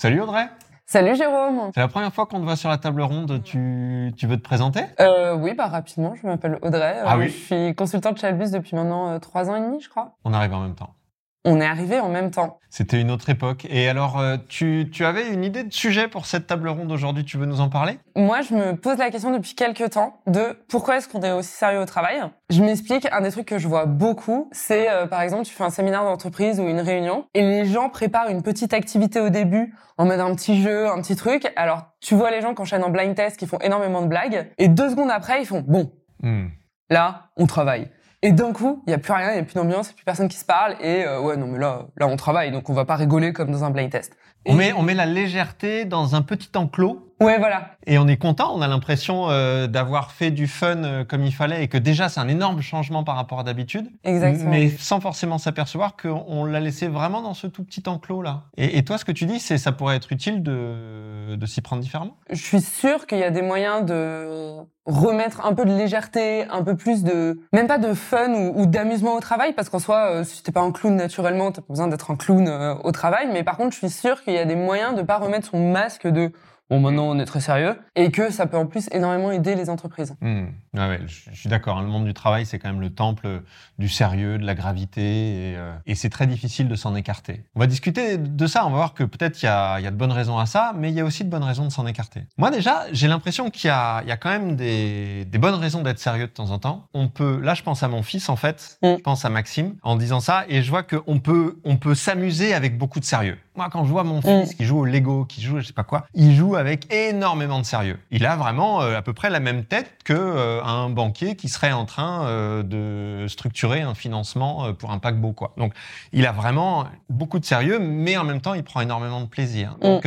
Salut Audrey. Salut Jérôme. C'est la première fois qu'on te voit sur la table ronde. Tu veux te présenter? Oui, rapidement, je m'appelle Audrey. Oui. Je suis consultante chez Albus depuis maintenant 3 ans et demi, je crois. On arrive en même temps. On est arrivés en même temps. C'était une autre époque. Et alors, tu avais une idée de sujet pour cette table ronde aujourd'hui, tu veux nous en parler? Moi, je me pose la question depuis quelques temps de pourquoi est-ce qu'on est aussi sérieux au travail. Je m'explique, un des trucs que je vois beaucoup, c'est par exemple, tu fais un séminaire d'entreprise ou une réunion et les gens préparent une petite activité au début en mode un petit jeu, un petit truc. Alors, tu vois les gens qui enchaînent en blind test, qui font énormément de blagues et 2 secondes après, ils font « bon, là, on travaille ». Et d'un coup, il y a plus rien, il y a plus d'ambiance, il y a plus personne qui se parle et ouais non mais là on travaille donc on va pas rigoler comme dans un blind test. On met la légèreté dans un petit enclos. Ouais, voilà. Et on est content, on a l'impression d'avoir fait du fun comme il fallait et que déjà c'est un énorme changement par rapport à d'habitude. Exactement. Mais sans forcément s'apercevoir qu'on l'a laissé vraiment dans ce tout petit enclos là. Et toi, ce que tu dis, c'est ça pourrait être utile de s'y prendre différemment. Je suis sûre qu'il y a des moyens de remettre un peu de légèreté, un peu plus de, même pas de fun ou d'amusement au travail, parce qu'en soi, si t'es pas un clown naturellement, t'as pas besoin d'être un clown au travail. Mais par contre, je suis sûre qu'il y a des moyens de pas remettre son masque de bon, maintenant on est très sérieux, et que ça peut en plus énormément aider les entreprises. Ouais, je suis d'accord, hein, le monde du travail, c'est quand même le temple du sérieux, de la gravité, et c'est très difficile de s'en écarter. On va discuter de ça, on va voir que peut-être il y a de bonnes raisons à ça, mais il y a aussi de bonnes raisons de s'en écarter. Moi déjà, j'ai l'impression qu'il y a quand même des bonnes raisons d'être sérieux de temps en temps. Là je pense à mon fils en fait, je pense à Maxime, en disant ça, et je vois qu'on peut s'amuser avec beaucoup de sérieux. Moi, quand je vois mon fils qui joue au Lego, qui joue je sais pas quoi, il joue avec énormément de sérieux. Il a vraiment à peu près la même tête que un banquier qui serait en train de structurer un financement pour un paquebot, quoi. Donc, il a vraiment beaucoup de sérieux, mais en même temps, il prend énormément de plaisir. Donc,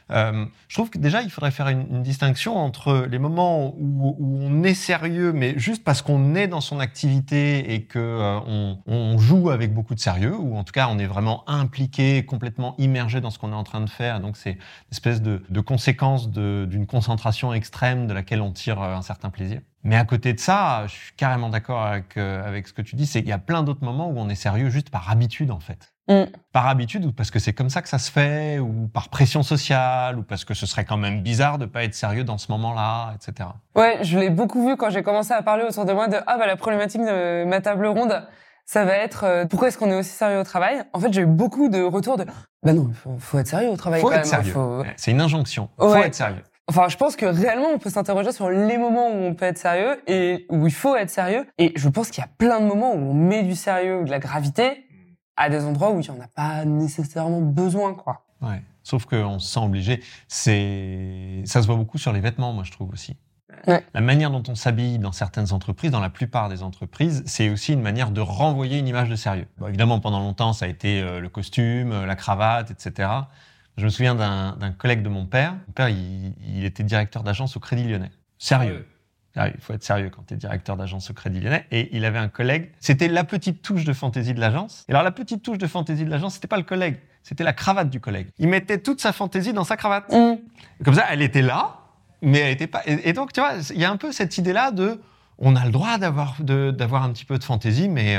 je trouve que déjà, il faudrait faire une distinction entre les moments où on est sérieux, mais juste parce qu'on est dans son activité et que on joue avec beaucoup de sérieux, ou en tout cas, on est vraiment impliqué, complètement immergé dans ce qu'on est en train de faire. Donc, c'est une espèce de conséquence d'une concentration extrême de laquelle on tire un certain plaisir. Mais à côté de ça, je suis carrément d'accord avec ce que tu dis, c'est qu'il y a plein d'autres moments où on est sérieux juste par habitude, en fait. Par habitude, ou parce que c'est comme ça que ça se fait, ou par pression sociale, ou parce que ce serait quand même bizarre de pas être sérieux dans ce moment-là, etc. Ouais, je l'ai beaucoup vu quand j'ai commencé à parler autour de moi de la problématique de ma table ronde, ça va être pourquoi est-ce qu'on est aussi sérieux au travail. En fait, j'ai eu beaucoup de retours de non, faut être sérieux au travail. Faut quand être même, sérieux. C'est une injonction. Faut être sérieux. Enfin, je pense que réellement, on peut s'interroger sur les moments où on peut être sérieux et où il faut être sérieux. Et je pense qu'il y a plein de moments où on met du sérieux ou de la gravité à des endroits où il y en a pas nécessairement besoin, quoi. Ouais. Sauf qu'on se sent obligé. Ça se voit beaucoup sur les vêtements, moi, je trouve aussi. Ouais. La manière dont on s'habille dans certaines entreprises, dans la plupart des entreprises, c'est aussi une manière de renvoyer une image de sérieux. Bon, évidemment, pendant longtemps, ça a été le costume, la cravate, etc. Je me souviens d'un collègue de mon père. Mon père, il était directeur d'agence au Crédit Lyonnais. Sérieux. Il faut être sérieux quand tu es directeur d'agence au Crédit Lyonnais. Et il avait un collègue, c'était la petite touche de fantaisie de l'agence. Et alors, la petite touche de fantaisie de l'agence, c'était pas le collègue, c'était la cravate du collègue. Il mettait toute sa fantaisie dans sa cravate. Comme ça, elle était là, mais elle était pas... Et donc, tu vois, il y a un peu cette idée-là on a le droit d'avoir un petit peu de fantaisie, mais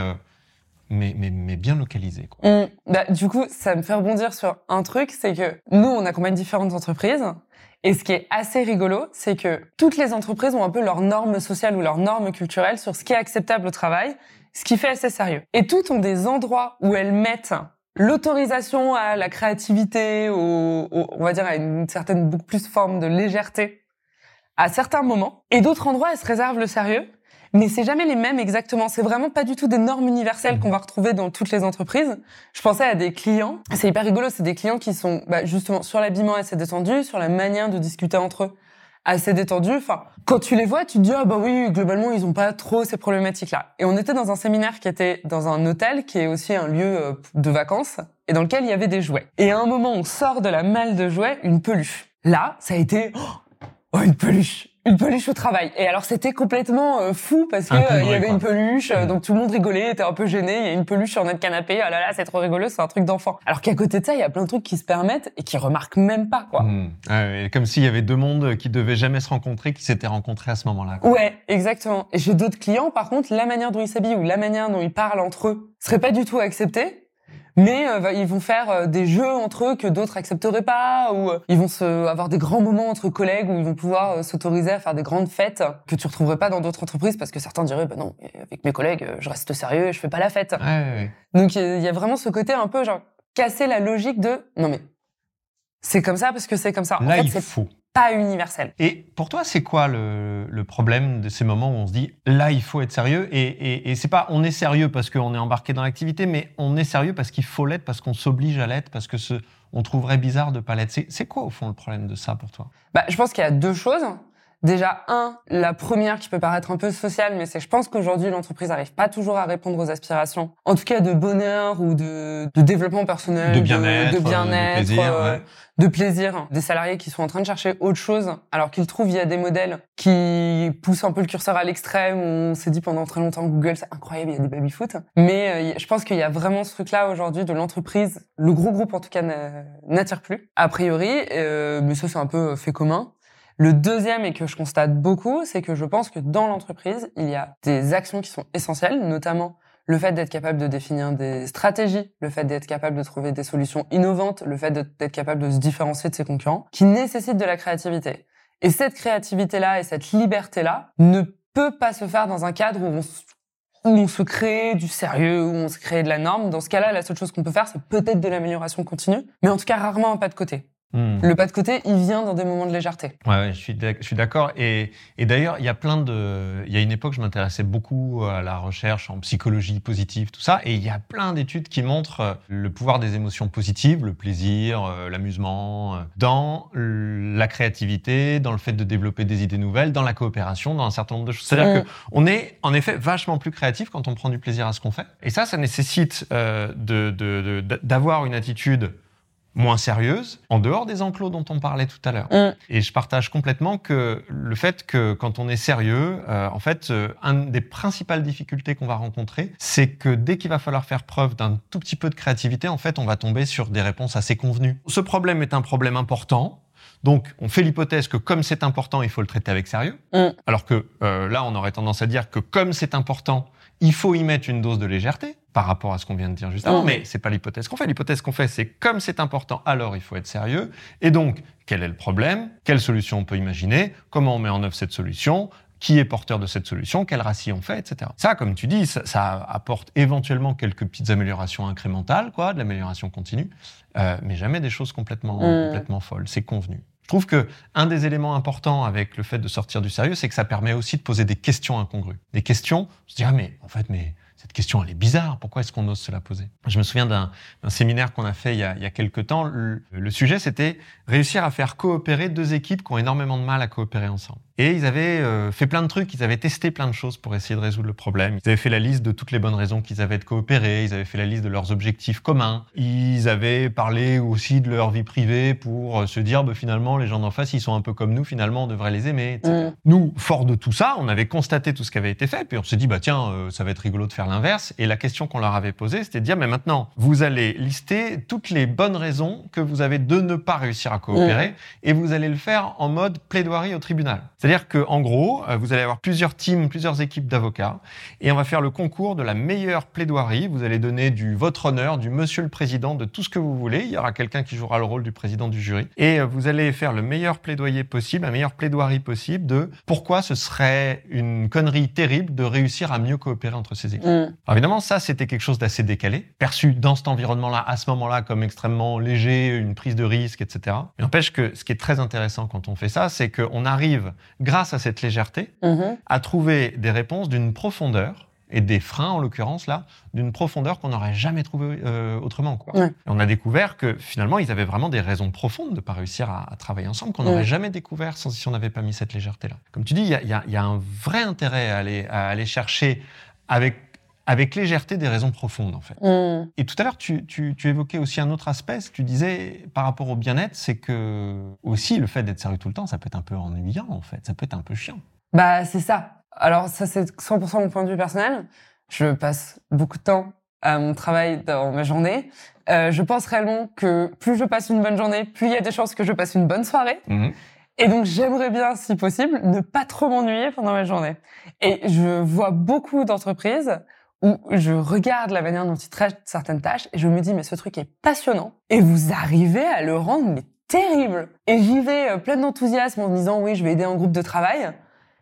bien localisé, quoi. Du coup, ça me fait rebondir sur un truc, c'est que nous, on accompagne différentes entreprises. Et ce qui est assez rigolo, c'est que toutes les entreprises ont un peu leurs normes sociales ou leurs normes culturelles sur ce qui est acceptable au travail, ce qui fait assez sérieux. Et toutes ont des endroits où elles mettent l'autorisation à la créativité, on va dire à une certaine beaucoup plus forme de légèreté à certains moments. Et d'autres endroits, elles se réservent le sérieux. Mais c'est jamais les mêmes exactement. C'est vraiment pas du tout des normes universelles qu'on va retrouver dans toutes les entreprises. Je pensais à des clients. C'est hyper rigolo. C'est des clients qui sont, justement, sur l'habillement assez détendu, sur la manière de discuter entre eux assez détendu. Enfin, quand tu les vois, tu te dis, oui, globalement, ils ont pas trop ces problématiques-là. Et on était dans un séminaire qui était dans un hôtel, qui est aussi un lieu de vacances, et dans lequel il y avait des jouets. Et à un moment, on sort de la malle de jouets une peluche. Là, ça a été, une peluche au travail. Et alors c'était complètement fou parce que il y avait une peluche, donc tout le monde rigolait, était un peu gêné. Il y a une peluche sur notre canapé. Ah là là, c'est trop rigolo, c'est un truc d'enfant. Alors qu'à côté de ça, il y a plein de trucs qui se permettent et qui remarquent même pas, quoi. Comme s'il y avait 2 mondes qui devaient jamais se rencontrer, qui s'étaient rencontrés à ce moment-là, quoi. Ouais, exactement. Et chez d'autres clients, par contre, la manière dont ils s'habillent ou la manière dont ils parlent entre eux serait pas du tout acceptée. Mais ils vont faire des jeux entre eux que d'autres accepteraient pas, ou ils vont avoir des grands moments entre collègues où ils vont pouvoir s'autoriser à faire des grandes fêtes que tu retrouverais pas dans d'autres entreprises, parce que certains diraient bah non, avec mes collègues je reste sérieux et je fais pas la fête. Ouais. Donc il y a vraiment ce côté un peu genre casser la logique de non mais c'est comme ça parce que c'est comme ça. Là, en fait, il c'est faut. pas universel. Et pour toi, c'est quoi le problème de ces moments où on se dit là, il faut être sérieux et c'est pas on est sérieux parce qu'on est embarqué dans l'activité, mais on est sérieux parce qu'il faut l'être, parce qu'on s'oblige à l'être, parce que on trouverait bizarre de pas l'être. C'est quoi au fond le problème de ça pour toi? Bah, je pense qu'il y a deux choses. Déjà, la première qui peut paraître un peu sociale, mais c'est je pense qu'aujourd'hui l'entreprise n'arrive pas toujours à répondre aux aspirations, en tout cas de bonheur ou de développement personnel, de bien-être, de plaisir, des salariés qui sont en train de chercher autre chose, alors qu'ils trouvent il y a des modèles qui poussent un peu le curseur à l'extrême, où on s'est dit pendant très longtemps Google c'est incroyable, il y a des baby-foot, mais je pense qu'il y a vraiment ce truc-là aujourd'hui de l'entreprise, le gros groupe en tout cas n'attire plus, a priori, mais ça c'est un peu fait commun. Le deuxième, et que je constate beaucoup, c'est que je pense que dans l'entreprise, il y a des actions qui sont essentielles, notamment le fait d'être capable de définir des stratégies, le fait d'être capable de trouver des solutions innovantes, le fait d'être capable de se différencier de ses concurrents, qui nécessitent de la créativité. Et cette créativité-là et cette liberté-là ne peut pas se faire dans un cadre où on se crée du sérieux, où on se crée de la norme. Dans ce cas-là, la seule chose qu'on peut faire, c'est peut-être de l'amélioration continue, mais en tout cas rarement un pas de côté. Le pas de côté, il vient dans des moments de légèreté. Ouais, je suis d'accord. Et d'ailleurs, il y a une époque, je m'intéressais beaucoup à la recherche en psychologie positive, tout ça. Et il y a plein d'études qui montrent le pouvoir des émotions positives, le plaisir, l'amusement, dans la créativité, dans le fait de développer des idées nouvelles, dans la coopération, dans un certain nombre de choses. C'est-à-dire qu'on est, en effet, vachement plus créatif quand on prend du plaisir à ce qu'on fait. Et ça nécessite d'avoir une attitude moins sérieuse, en dehors des enclos dont on parlait tout à l'heure. Et je partage complètement que le fait que quand on est sérieux, en fait, une des principales difficultés qu'on va rencontrer, c'est que dès qu'il va falloir faire preuve d'un tout petit peu de créativité, en fait, on va tomber sur des réponses assez convenues. Ce problème est un problème important. Donc, on fait l'hypothèse que comme c'est important, il faut le traiter avec sérieux. Alors que là, on aurait tendance à dire que comme c'est important, il faut y mettre une dose de légèreté par rapport à ce qu'on vient de dire juste avant. Mais c'est pas l'hypothèse qu'on fait. L'hypothèse qu'on fait, c'est comme c'est important, alors il faut être sérieux. Et donc, quel est le problème? Quelle solution on peut imaginer? Comment on met en œuvre cette solution? Qui est porteur de cette solution? Quel raci on fait, etc. Ça, comme tu dis, ça apporte éventuellement quelques petites améliorations incrémentales, de l'amélioration continue, mais jamais des choses complètement folles. C'est convenu. Je trouve que un des éléments importants avec le fait de sortir du sérieux, c'est que ça permet aussi de poser des questions incongrues. Des questions, je dis mais cette question, elle est bizarre. Pourquoi est-ce qu'on ose se la poser? Je me souviens d'un séminaire qu'on a fait il y a quelques temps. Le sujet, c'était réussir à faire coopérer deux équipes qui ont énormément de mal à coopérer ensemble. Et ils avaient fait plein de trucs, ils avaient testé plein de choses pour essayer de résoudre le problème. Ils avaient fait la liste de toutes les bonnes raisons qu'ils avaient de coopérer, ils avaient fait la liste de leurs objectifs communs, ils avaient parlé aussi de leur vie privée pour se dire finalement les gens d'en face ils sont un peu comme nous, finalement on devrait les aimer, etc. Nous, fort de tout ça, on avait constaté tout ce qui avait été fait, puis on s'est dit ça va être rigolo de faire l'inverse. Et la question qu'on leur avait posée, c'était de dire mais maintenant vous allez lister toutes les bonnes raisons que vous avez de ne pas réussir à coopérer et vous allez le faire en mode plaidoirie au tribunal. C'est-à-dire que, en gros, vous allez avoir plusieurs teams, plusieurs équipes d'avocats, et on va faire le concours de la meilleure plaidoirie. Vous allez donner votre honneur, du monsieur le président, de tout ce que vous voulez. Il y aura quelqu'un qui jouera le rôle du président du jury. Et vous allez faire le meilleur plaidoyer possible, la meilleure plaidoirie possible de pourquoi ce serait une connerie terrible de réussir à mieux coopérer entre ces équipes. Alors évidemment, ça, c'était quelque chose d'assez décalé, perçu dans cet environnement-là, à ce moment-là, comme extrêmement léger, une prise de risque, etc. Mais n'empêche que ce qui est très intéressant quand on fait ça, c'est qu'on arrive, grâce à cette légèreté, à trouver des réponses d'une profondeur, et des freins, en l'occurrence, là, d'une profondeur qu'on n'aurait jamais trouvé autrement. Et on a découvert que, finalement, ils avaient vraiment des raisons profondes de ne pas réussir à travailler ensemble, qu'on n'aurait jamais découvert si on n'avait pas mis cette légèreté-là. Comme tu dis, il y a un vrai intérêt à aller chercher avec légèreté des raisons profondes, en fait. Et tout à l'heure, tu évoquais aussi un autre aspect, ce que tu disais par rapport au bien-être, c'est que aussi le fait d'être sérieux tout le temps, ça peut être un peu ennuyant, en fait, ça peut être un peu chiant. C'est ça. Alors ça, c'est 100% mon point de vue personnel. Je passe beaucoup de temps à mon travail dans ma journée. Je pense réellement que plus je passe une bonne journée, plus il y a des chances que je passe une bonne soirée. Et donc, j'aimerais bien, si possible, ne pas trop m'ennuyer pendant ma journée. Et je vois beaucoup d'entreprises où je regarde la manière dont ils traitent certaines tâches et je me dis, mais ce truc est passionnant. Et vous arrivez à le rendre mais terrible. Et j'y vais plein d'enthousiasme en me disant, oui, je vais aider un groupe de travail.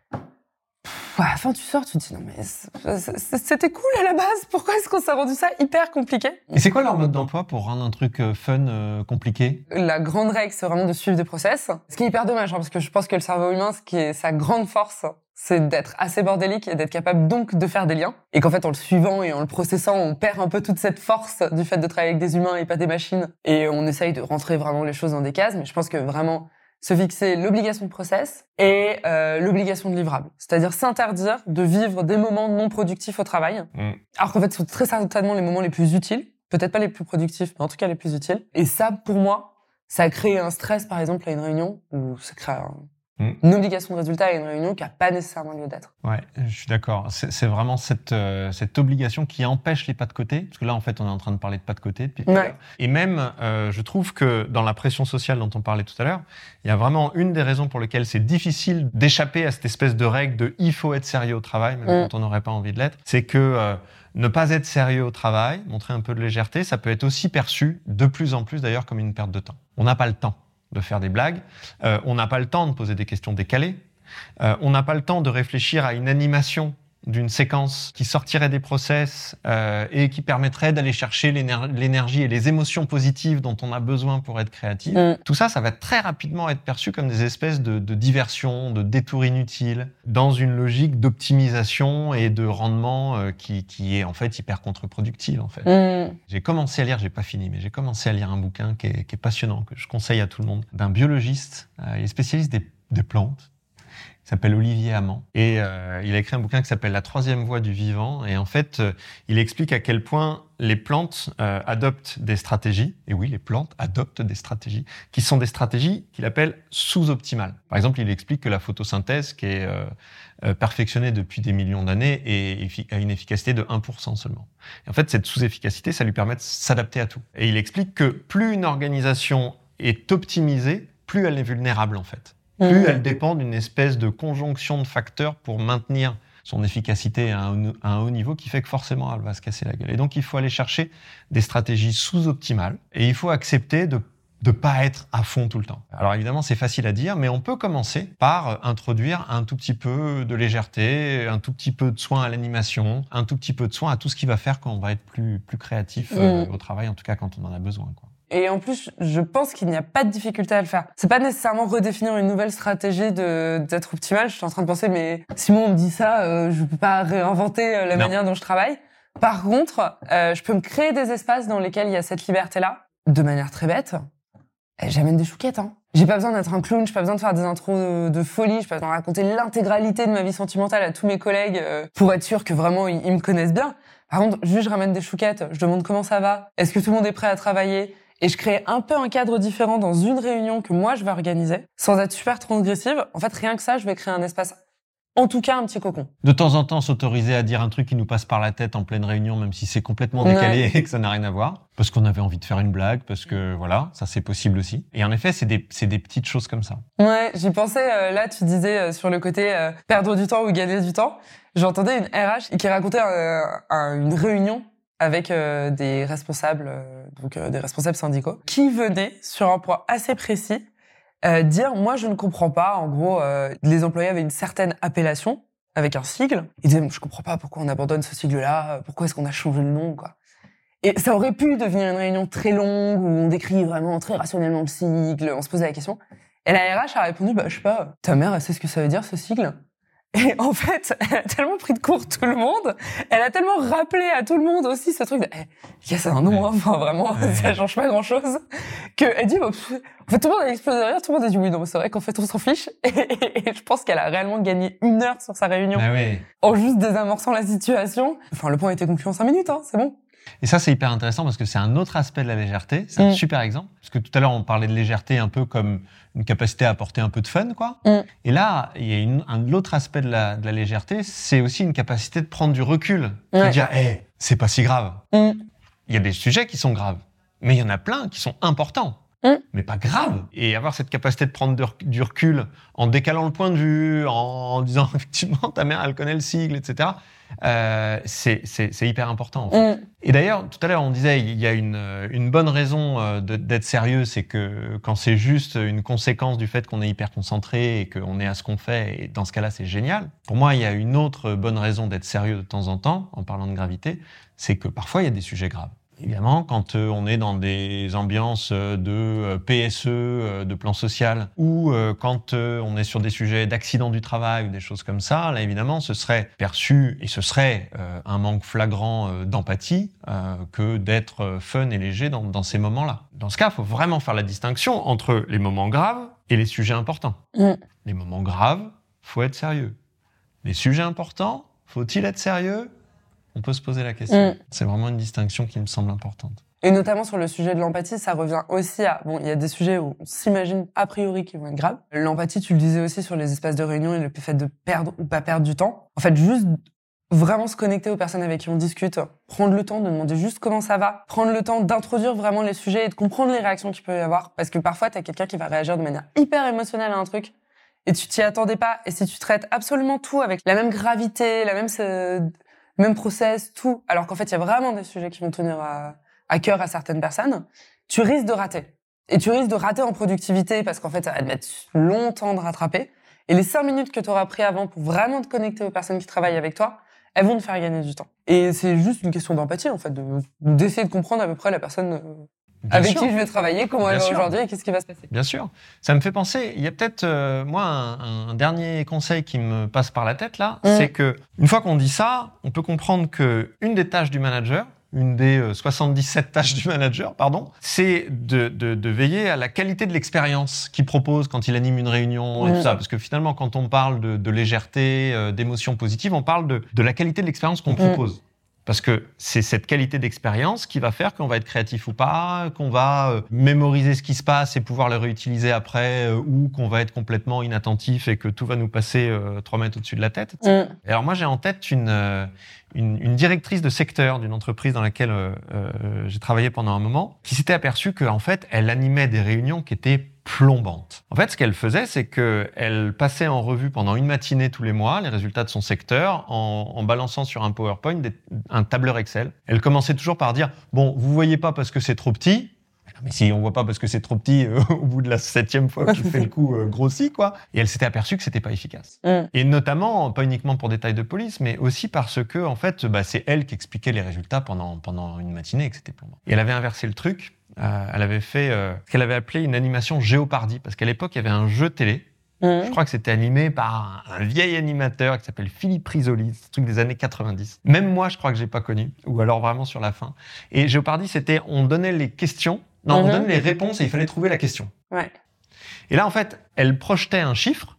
À la fin, tu sors, tu te dis, non mais c'était cool à la base, pourquoi est-ce qu'on s'est rendu ça hyper compliqué? Et c'est quoi leur mode d'emploi pour rendre un truc fun compliqué? La grande règle, c'est vraiment de suivre des process. Ce qui est hyper dommage, parce que je pense que le cerveau humain, ce qui est sa grande force, c'est d'être assez bordélique et d'être capable donc de faire des liens. Et qu'en fait, en le suivant et en le processant, on perd un peu toute cette force du fait de travailler avec des humains et pas des machines. Et on essaye de rentrer vraiment les choses dans des cases, mais je pense que vraiment se fixer l'obligation de process et l'obligation de livrable. C'est-à-dire s'interdire de vivre des moments non productifs au travail. Alors qu'en fait, ce sont très certainement les moments les plus utiles. Peut-être pas les plus productifs, mais en tout cas les plus utiles. Et ça, pour moi, ça a créé un stress, par exemple, à une réunion, ou ça crée une obligation de résultat à une réunion qui n'a pas nécessairement lieu d'être. Ouais, je suis d'accord. C'est vraiment cette obligation qui empêche les pas de côté. Parce que là, en fait, on est en train de parler de pas de côté depuis tout à l'heure. Et même, je trouve que dans la pression sociale dont on parlait tout à l'heure, il y a vraiment une des raisons pour lesquelles c'est difficile d'échapper à cette espèce de règle de il faut être sérieux au travail, même quand on n'aurait pas envie de l'être. C'est que ne pas être sérieux au travail, montrer un peu de légèreté, ça peut être aussi perçu, de plus en plus d'ailleurs, comme une perte de temps. On n'a pas le temps de faire des blagues, on n'a pas le temps de poser des questions décalées, on n'a pas le temps de réfléchir à une animation d'une séquence qui sortirait des process et qui permettrait d'aller chercher l'énergie et les émotions positives dont on a besoin pour être créatif. Tout ça, ça va très rapidement être perçu comme des espèces de diversions, de détours inutiles, dans une logique d'optimisation et de rendement qui est en fait hyper contre-productive en fait. J'ai commencé à lire, j'ai pas fini, mais j'ai commencé à lire un bouquin qui est passionnant, que je conseille à tout le monde, d'un biologiste, il est spécialiste des plantes. Il s'appelle Olivier Amand et il a écrit un bouquin qui s'appelle La troisième voie du vivant et en fait il explique à quel point les plantes adoptent des stratégies, et oui les plantes adoptent des stratégies qui sont des stratégies qu'il appelle sous-optimales. Par exemple, il explique que la photosynthèse qui est perfectionnée depuis des millions d'années a une efficacité de 1% seulement. Et en fait cette sous-efficacité ça lui permet de s'adapter à tout. Et il explique que plus une organisation est optimisée, plus elle est vulnérable en fait. Plus elle dépend d'une espèce de conjonction de facteurs pour maintenir son efficacité à un haut niveau qui fait que forcément elle va se casser la gueule. Et donc il faut aller chercher des stratégies sous-optimales et il faut accepter de pas être à fond tout le temps. Alors évidemment c'est facile à dire, mais on peut commencer par introduire un tout petit peu de légèreté, un tout petit peu de soin à l'animation, un tout petit peu de soin à tout ce qui va faire qu'on va être plus créatif au travail, en tout cas quand on en a besoin, quoi. Et en plus, je pense qu'il n'y a pas de difficulté à le faire. C'est pas nécessairement redéfinir une nouvelle stratégie d'être optimal. Je suis en train de penser, mais Simon, on me dit ça, je peux pas réinventer la manière dont je travaille. Par contre, je peux me créer des espaces dans lesquels il y a cette liberté-là, de manière très bête. J'amène des chouquettes, hein. J'ai pas besoin d'être un clown, j'ai pas besoin de faire des intros de folie, j'ai pas besoin de raconter l'intégralité de ma vie sentimentale à tous mes collègues pour être sûr que vraiment ils me connaissent bien. Par contre, juste je ramène des chouquettes, je demande comment ça va, est-ce que tout le monde est prêt à travailler? Et je crée un peu un cadre différent dans une réunion que moi je vais organiser, sans être super transgressive. En fait, rien que ça, je vais créer un espace, en tout cas un petit cocon. De temps en temps, s'autoriser à dire un truc qui nous passe par la tête en pleine réunion, même si c'est complètement décalé et que ça n'a rien à voir, parce qu'on avait envie de faire une blague, parce que voilà, ça c'est possible aussi. Et en effet, c'est des petites choses comme ça. Ouais, j'y pensais, là tu disais sur le côté perdre du temps ou gagner du temps. J'entendais une RH qui racontait une réunion avec des responsables, des responsables syndicaux, qui venaient sur un point assez précis dire moi je ne comprends pas. En gros, les employés avaient une certaine appellation avec un sigle. Ils disaient je comprends pas pourquoi on abandonne ce sigle-là, pourquoi est-ce qu'on a changé le nom, quoi. Et ça aurait pu devenir une réunion très longue où on décrit vraiment très rationnellement le sigle, on se posait la question. Et la RH a répondu je sais pas, ta mère elle sait ce que ça veut dire ce sigle? Et en fait, elle a tellement pris de court tout le monde, elle a tellement rappelé à tout le monde aussi ce truc de c'est un nom, hein, enfin vraiment, ça change pas grand-chose, qu'elle dit en fait tout le monde a explosé de rire, tout le monde a dit oui, non, c'est vrai qu'en fait on s'en fiche, et je pense qu'elle a réellement gagné 1 heure sur sa réunion, en juste désamorçant la situation. Enfin, le point a été conclu en 5 minutes, hein, c'est bon. Et ça, c'est hyper intéressant parce que c'est un autre aspect de la légèreté. C'est un super exemple. Parce que tout à l'heure, on parlait de légèreté un peu comme une capacité à apporter un peu de fun, quoi. Et là, il y a l'autre aspect de la légèreté, c'est aussi une capacité de prendre du recul. De dire, c'est pas si grave. Il y a des sujets qui sont graves, mais il y en a plein qui sont importants. mais pas grave. Et avoir cette capacité de prendre du recul en décalant le point de vue, en disant effectivement ta mère elle connaît le sigle, etc. C'est hyper important. En fait. Et d'ailleurs, tout à l'heure on disait il y a une bonne raison d'être sérieux, c'est que quand c'est juste une conséquence du fait qu'on est hyper concentré et qu'on est à ce qu'on fait, et dans ce cas-là c'est génial. Pour moi, il y a une autre bonne raison d'être sérieux de temps en temps, en parlant de gravité, c'est que parfois il y a des sujets graves. Évidemment, quand on est dans des ambiances de PSE, de plan social, ou quand on est sur des sujets d'accident du travail ou des choses comme ça, là évidemment, ce serait perçu et ce serait un manque flagrant d'empathie que d'être fun et léger dans ces moments-là. Dans ce cas, il faut vraiment faire la distinction entre les moments graves et les sujets importants. Les moments graves, faut être sérieux. Les sujets importants, faut-il être sérieux ? On peut se poser la question. C'est vraiment une distinction qui me semble importante. Et notamment sur le sujet de l'empathie, ça revient aussi à... Bon, il y a des sujets où on s'imagine a priori qu'ils vont être graves. L'empathie, tu le disais aussi sur les espaces de réunion et le fait de perdre ou pas perdre du temps. En fait, juste vraiment se connecter aux personnes avec qui on discute, prendre le temps de demander juste comment ça va, prendre le temps d'introduire vraiment les sujets et de comprendre les réactions qu'il peut y avoir. Parce que parfois, t'as quelqu'un qui va réagir de manière hyper émotionnelle à un truc et tu t'y attendais pas. Et si tu traites absolument tout avec la même gravité, même process, tout, alors qu'en fait, il y a vraiment des sujets qui vont tenir à cœur à certaines personnes, tu risques de rater. Et tu risques de rater en productivité parce qu'en fait, ça va te mettre longtemps de rattraper. Et les 5 minutes que tu auras pris avant pour vraiment te connecter aux personnes qui travaillent avec toi, elles vont te faire gagner du temps. Et c'est juste une question d'empathie, en fait, d'essayer de comprendre à peu près la personne avec qui je vais travailler, comment elle va aujourd'hui et qu'est-ce qui va se passer. Bien sûr. Ça me fait penser, il y a peut-être, moi, un dernier conseil qui me passe par la tête, là, c'est que une fois qu'on dit ça, on peut comprendre que une des tâches du manager, une des 77 tâches du manager, c'est de veiller à la qualité de l'expérience qu'il propose quand il anime une réunion et tout ça. Parce que finalement, quand on parle de légèreté, d'émotions positives, on parle de la qualité de l'expérience qu'on propose. Parce que c'est cette qualité d'expérience qui va faire qu'on va être créatif ou pas, qu'on va mémoriser ce qui se passe et pouvoir le réutiliser après, ou qu'on va être complètement inattentif et que tout va nous passer 3 mètres au-dessus de la tête. Et alors moi, j'ai en tête une directrice de secteur d'une entreprise dans laquelle j'ai travaillé pendant un moment, qui s'était aperçue qu'en fait, elle animait des réunions qui étaient plombante. En fait, ce qu'elle faisait, c'est qu'elle passait en revue pendant une matinée tous les mois les résultats de son secteur en balançant sur un PowerPoint un tableur Excel. Elle commençait toujours par dire « Bon, vous voyez pas parce que c'est trop petit ». Mais si on voit pas parce que c'est trop petit, au bout de la 7e fois que tu fais le coup, grossit, quoi. Et elle s'était aperçue que c'était pas efficace. Et notamment, pas uniquement pour des tailles de police, mais aussi parce que, en fait, c'est elle qui expliquait les résultats pendant une matinée et que c'était plombant. Et elle avait inversé le truc. Elle avait fait ce qu'elle avait appelé une animation Géopardy, parce qu'à l'époque, il y avait un jeu télé. Je crois que c'était animé par un vieil animateur qui s'appelle Philippe Risoli, c'est un truc des années 90. Même moi, je crois que j'ai pas connu, ou alors vraiment sur la fin. Et Géopardy, c'était, on donnait les questions, on donnait les réponses et il fallait trouver la question. Ouais. Et là, en fait, elle projetait un chiffre,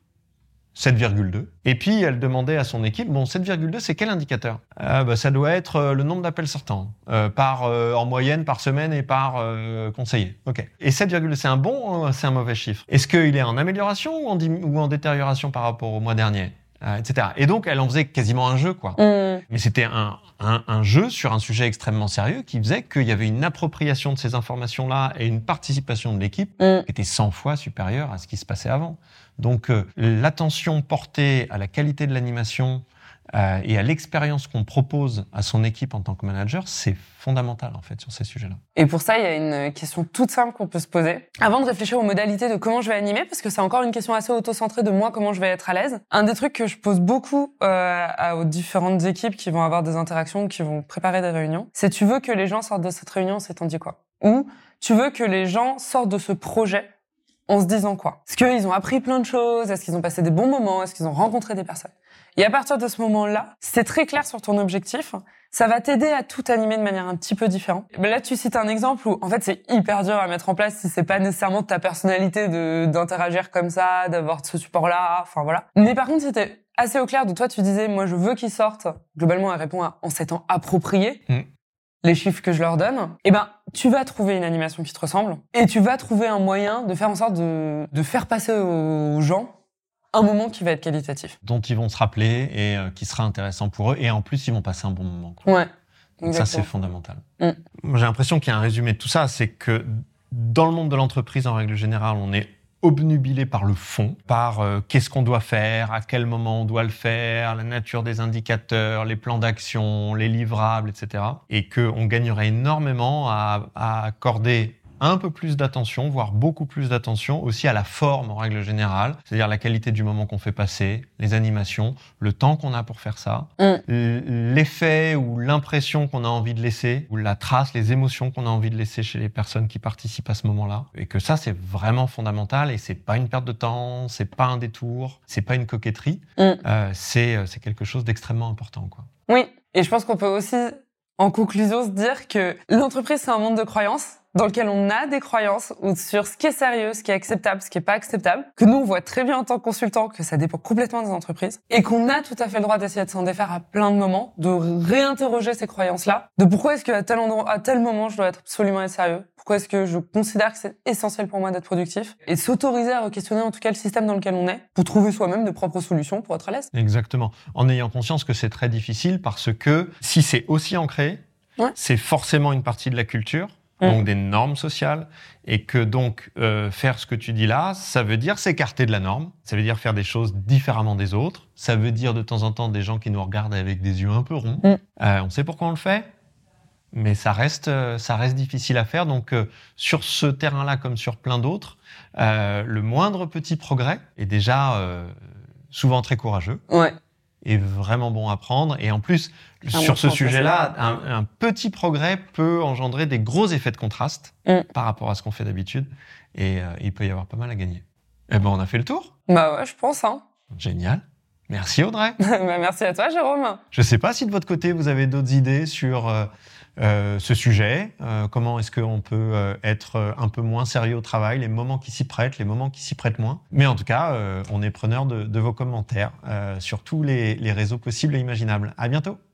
7,2. Et puis, elle demandait à son équipe, bon, 7,2, c'est quel indicateur ? Ça doit être le nombre d'appels sortants, en moyenne, par semaine et par conseiller. OK. Et 7,2, c'est un bon ou c'est un mauvais chiffre ? Est-ce qu'il est en amélioration ou en détérioration par rapport au mois dernier ? Etc. Et donc, elle en faisait quasiment un jeu, quoi. Mais c'était un jeu sur un sujet extrêmement sérieux qui faisait qu'il y avait une appropriation de ces informations-là et une participation de l'équipe qui était 100 fois supérieure à ce qui se passait avant. Donc, l'attention portée à la qualité de l'animation et à l'expérience qu'on propose à son équipe en tant que manager, c'est fondamental, en fait, sur ces sujets-là. Et pour ça, il y a une question toute simple qu'on peut se poser. Avant de réfléchir aux modalités de comment je vais animer, parce que c'est encore une question assez auto-centrée de moi, comment je vais être à l'aise. Un des trucs que je pose beaucoup aux différentes équipes qui vont avoir des interactions, qui vont préparer des réunions, c'est tu veux que les gens sortent de cette réunion, c'est t'en dis quoi ? Ou tu veux que les gens sortent de ce projet en se disant quoi ? Est-ce qu'ils ont appris plein de choses ? Est-ce qu'ils ont passé des bons moments ? Est-ce qu'ils ont rencontré des personnes ? Et à partir de ce moment-là, si c'est très clair sur ton objectif, ça va t'aider à tout animer de manière un petit peu différente. Là, tu cites un exemple où, en fait, c'est hyper dur à mettre en place si c'est pas nécessairement ta personnalité d'interagir comme ça, d'avoir ce support-là, enfin voilà. Mais par contre, c'était assez au clair de toi, tu disais, moi, je veux qu'ils sortent. Globalement, elle répond en s'étant approprié les chiffres que je leur donne. Tu vas trouver une animation qui te ressemble et tu vas trouver un moyen de faire en sorte de faire passer aux gens un moment qui va être qualitatif. Dont ils vont se rappeler et qui sera intéressant pour eux. Et en plus, ils vont passer un bon moment, quoi. Ouais. Donc ça, c'est fondamental. Moi, j'ai l'impression qu'il y a un résumé de tout ça, c'est que Dans le monde de l'entreprise, en règle générale, on est obnubilé par le fond, par qu'est-ce qu'on doit faire, à quel moment on doit le faire, la nature des indicateurs, les plans d'action, les livrables, etc. Et qu'on gagnerait énormément à accorder un peu plus d'attention, voire beaucoup plus d'attention aussi à la forme en règle générale, c'est-à-dire la qualité du moment qu'on fait passer, les animations, le temps qu'on a pour faire ça, l'effet ou l'impression qu'on a envie de laisser, ou la trace, les émotions qu'on a envie de laisser chez les personnes qui participent à ce moment-là. Et que ça, c'est vraiment fondamental et c'est pas une perte de temps, c'est pas un détour, c'est pas une coquetterie, c'est quelque chose d'extrêmement important, quoi. Oui, et je pense qu'on peut aussi, en conclusion, se dire que l'entreprise, c'est un monde de croyances, dans lequel on a des croyances ou sur ce qui est sérieux, ce qui est acceptable, ce qui est pas acceptable, que nous, on voit très bien en tant que consultant que ça dépend complètement des entreprises et qu'on a tout à fait le droit d'essayer de s'en défaire à plein de moments, de réinterroger ces croyances-là, de pourquoi est-ce qu'à tel endroit, à tel moment, je dois absolument être sérieux, pourquoi est-ce que je considère que c'est essentiel pour moi d'être productif et s'autoriser à re-questionner en tout cas le système dans lequel on est pour trouver soi-même de propres solutions pour être à l'aise. Exactement. En ayant conscience que c'est très difficile parce que si c'est aussi ancré, c'est forcément une partie de la culture, donc des normes sociales, et que donc faire ce que tu dis là, ça veut dire s'écarter de la norme, ça veut dire faire des choses différemment des autres, ça veut dire de temps en temps des gens qui nous regardent avec des yeux un peu ronds. On sait pourquoi on le fait, mais ça reste difficile à faire. Donc sur ce terrain-là, comme sur plein d'autres, le moindre petit progrès est déjà souvent très courageux. Est vraiment bon à prendre. Et en plus, sur ce sujet-là, un petit progrès peut engendrer des gros effets de contraste par rapport à ce qu'on fait d'habitude. Et il peut y avoir pas mal à gagner. Eh ben, on a fait le tour. Bah ouais, je pense, hein. Génial. Merci Audrey. Merci à toi, Jérôme. Je sais pas si de votre côté, vous avez d'autres idées sur ce sujet. Comment est-ce qu'on peut être un peu moins sérieux au travail, les moments qui s'y prêtent, les moments qui s'y prêtent moins. Mais en tout cas, on est preneur de vos commentaires sur tous les réseaux possibles et imaginables. À bientôt.